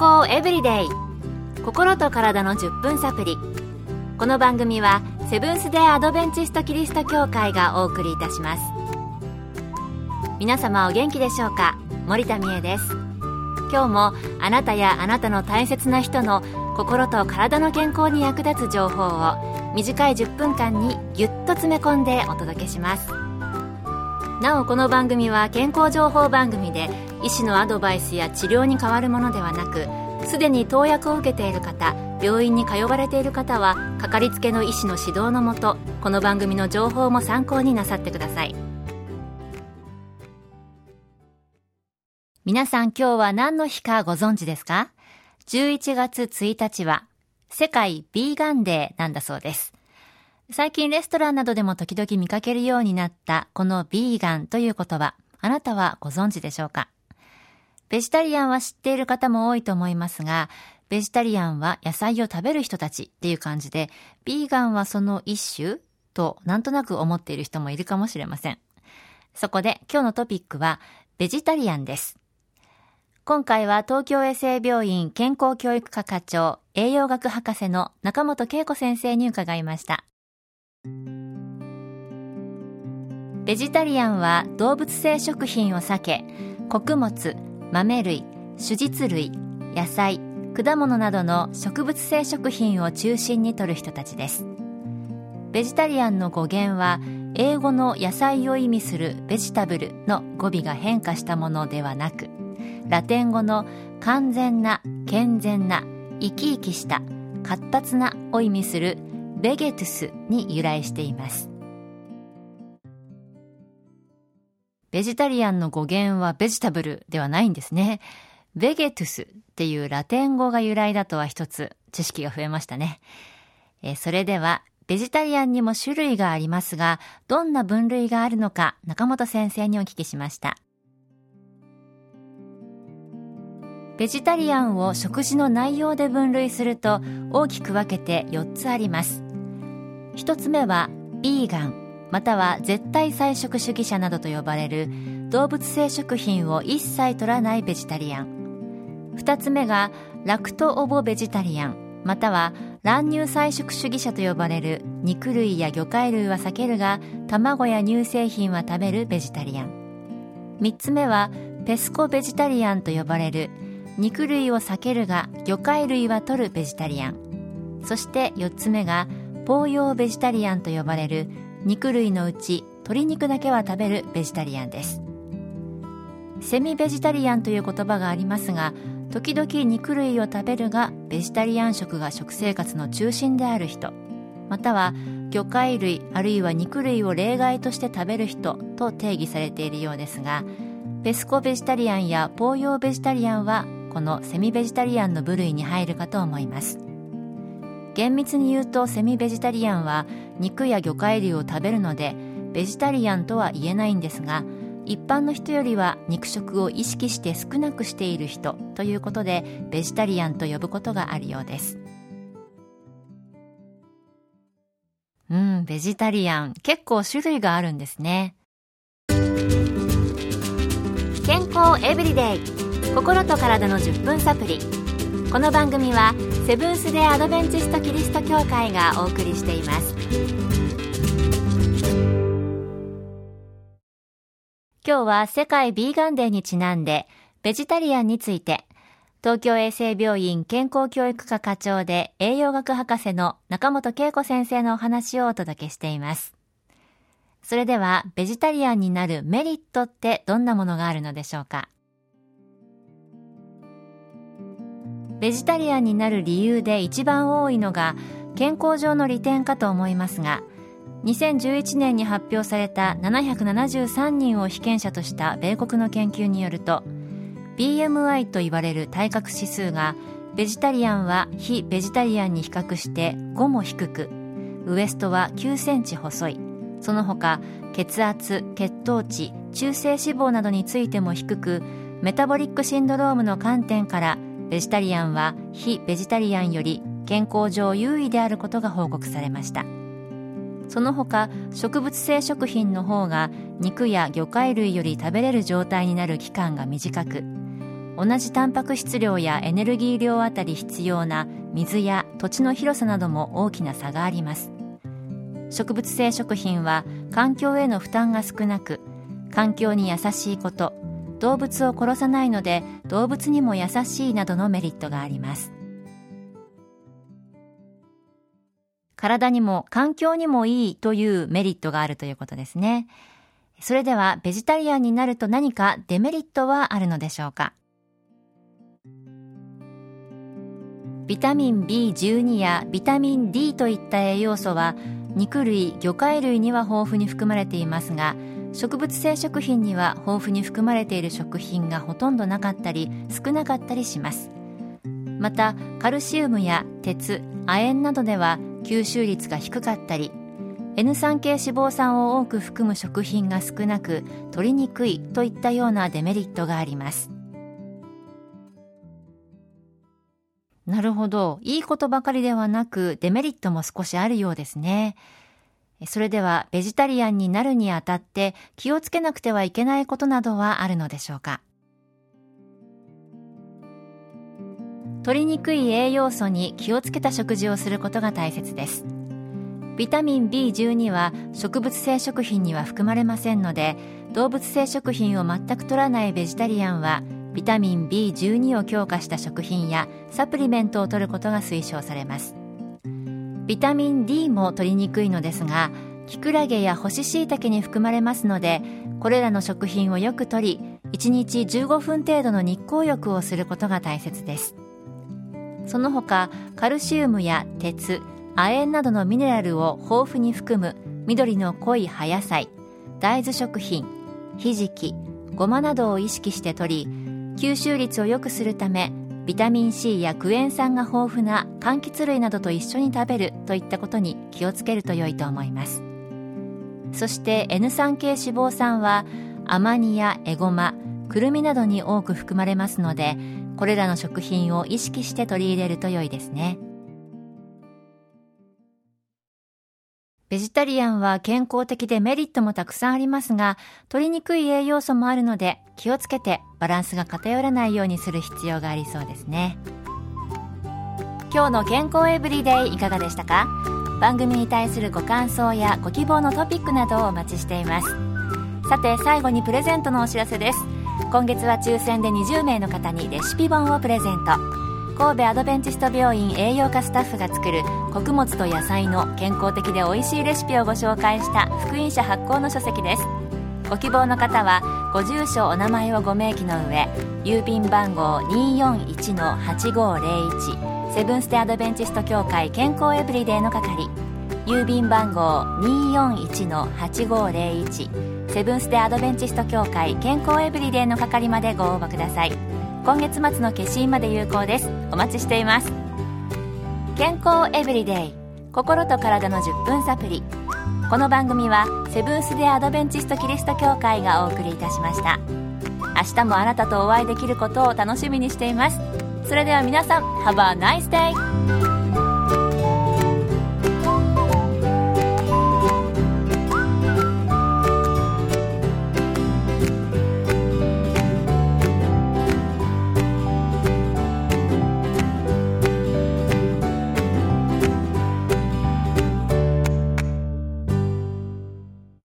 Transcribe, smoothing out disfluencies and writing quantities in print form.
康エブリデイ、心と体の10分サプリ。この番組はセブンス・デー・アドベンチスト・キリスト教会がお送りいたします。皆様お元気でしょうか。森田美恵です。今日もあなたやあなたの大切な人の心と体の健康に役立つ情報を短い10分間にぎゅっと詰め込んでお届けします。なおこの番組は健康情報番組で、医師のアドバイスや治療に代わるものではなく、すでに投薬を受けている方、病院に通われている方はかかりつけの医師の指導のもと、この番組の情報も参考になさってください。皆さん、今日は何の日かご存知ですか？11月1日は世界ビーガンデーなんだそうです。最近レストランなどでも時々見かけるようになったこのビーガンという言葉、あなたはご存知でしょうか？ベジタリアンは知っている方も多いと思いますが、ベジタリアンは野菜を食べる人たちっていう感じで、ビーガンはその一種となんとなく思っている人もいるかもしれません。そこで今日のトピックはベジタリアンです。今回は東京衛生病院健康教育科課長栄養学博士の中本恵子先生に伺いました。ベジタリアンは動物性食品を避け、穀物、豆類、種実類、野菜、果物などの植物性食品を中心に摂る人たちです。ベジタリアンの語源は英語の野菜を意味するベジタブルの語尾が変化したものではなく、ラテン語の完全な、健全な、生き生きした、活発なを意味するベゲトゥスに由来しています。ベジタリアンの語源はベジタブルではないんですね。ベゲトゥスっていうラテン語が由来だとは一つ知識が増えましたね。それではベジタリアンにも種類がありますが、どんな分類があるのか中本先生にお聞きしました。ベジタリアンを食事の内容で分類すると大きく分けて4つあります。1つ目はビーガン、または絶対菜食主義者などと呼ばれる動物性食品を一切取らないベジタリアン。2つ目がラクトオボベジタリアン、または卵乳菜食主義者と呼ばれる肉類や魚介類は避けるが卵や乳製品は食べるベジタリアン。3つ目はペスコベジタリアンと呼ばれる肉類を避けるが魚介類は摂るベジタリアン。そして4つ目がポーヨーベジタリアンと呼ばれる肉類のうち鶏肉だけは食べるベジタリアンです。セミベジタリアンという言葉がありますが、時々肉類を食べるがベジタリアン食が食生活の中心である人、または魚介類あるいは肉類を例外として食べる人と定義されているようですが、ペスコベジタリアンやポーヨーベジタリアンはこのセミベジタリアンの部類に入るかと思います。厳密に言うとセミベジタリアンは肉や魚介類を食べるのでベジタリアンとは言えないんですが、一般の人よりは肉食を意識して少なくしている人ということでベジタリアンと呼ぶことがあるようです。ベジタリアン結構種類があるんですね。健康エブリデイ、心と体の10分サプリ。この番組はセブンス・デー・アドベンチスト・キリスト教会がお送りしています。今日は世界ビーガンデーにちなんでベジタリアンについて、東京衛生病院健康教育科課長で栄養学博士の中本恵子先生のお話をお届けしています。それではベジタリアンになるメリットってどんなものがあるのでしょうか？ベジタリアンになる理由で一番多いのが健康上の利点かと思いますが、2011年に発表された773人を被験者とした米国の研究によると、 BMI と言われる体格指数がベジタリアンは非ベジタリアンに比較して5も低く、ウエストは9センチ細い、その他血圧、血糖値、中性脂肪などについても低く、メタボリックシンドロームの観点からベジタリアンは非ベジタリアンより健康上優位であることが報告されました。その他植物性食品の方が肉や魚介類より食べれる状態になる期間が短く、 同じタンパク質量やエネルギー量あたり必要な水や土地の広さなども大きな差があります。植物性食品は環境への負担が少なく、環境に優しいこと、動物を殺さないので動物にも優しいなどのメリットがあります。体にも環境にもいいというメリットがあるということですね。それではベジタリアンになると何かデメリットはあるのでしょうか。ビタミン B12 やビタミン D といった栄養素は肉類、魚介類には豊富に含まれていますが、植物性食品には豊富に含まれている食品がほとんどなかったり少なかったりします。またカルシウムや鉄、亜鉛などでは吸収率が低かったり、N 酸系脂肪酸を多く含む食品が少なく取りにくいといったようなデメリットがあります。なるほど、いいことばかりではなくデメリットも少しあるようですね。それではベジタリアンになるにあたって気をつけなくてはいけないことなどはあるのでしょうか。取りにくい栄養素に気をつけた食事をすることが大切です。ビタミン B12 は植物性食品には含まれませんので、動物性食品を全く摂らないベジタリアンはビタミン B12 を強化した食品やサプリメントを摂ることが推奨されます。ビタミン D も摂りにくいのですが、キクラゲや干し椎茸に含まれますので、これらの食品をよく摂り、1日15分程度の日光浴をすることが大切です。その他、カルシウムや鉄、亜鉛などのミネラルを豊富に含む緑の濃い葉野菜、大豆食品、ひじき、ごまなどを意識して摂り、吸収率を良くするためビタミン C やクエン酸が豊富な柑橘類などと一緒に食べるといったことに気をつけると良いと思います。そして N 酸系脂肪酸はアマニやエゴマ、くるみなどに多く含まれますので、これらの食品を意識して取り入れると良いですね。ベジタリアンは健康的でメリットもたくさんありますが、取りにくい栄養素もあるので気をつけてバランスが偏らないようにする必要がありそうですね。今日の健康エブリデイいかがでしたか？番組に対するご感想やご希望のトピックなどをお待ちしています。さて最後にプレゼントのお知らせです。今月は抽選で20名の方にレシピ本をプレゼント。神戸アドベンチスト病院栄養科スタッフが作る穀物と野菜の健康的で美味しいレシピをご紹介した福音社発行の書籍です。ご希望の方はご住所お名前をご明記の上、郵便番号 241-8501 セブンステアドベンチスト協会健康エブリデイの係、郵便番号 241-8501 セブンステアドベンチスト協会健康エブリデイの係までご応募ください。今月末の消印まで有効です。お待ちしています。健康エブリデイ、心と体の10分サプリ。この番組はセブンス・デ・アドベンチスト・キリスト教会がお送りいたしました。明日もあなたとお会いできることを楽しみにしています。それでは皆さん、Have a nice day!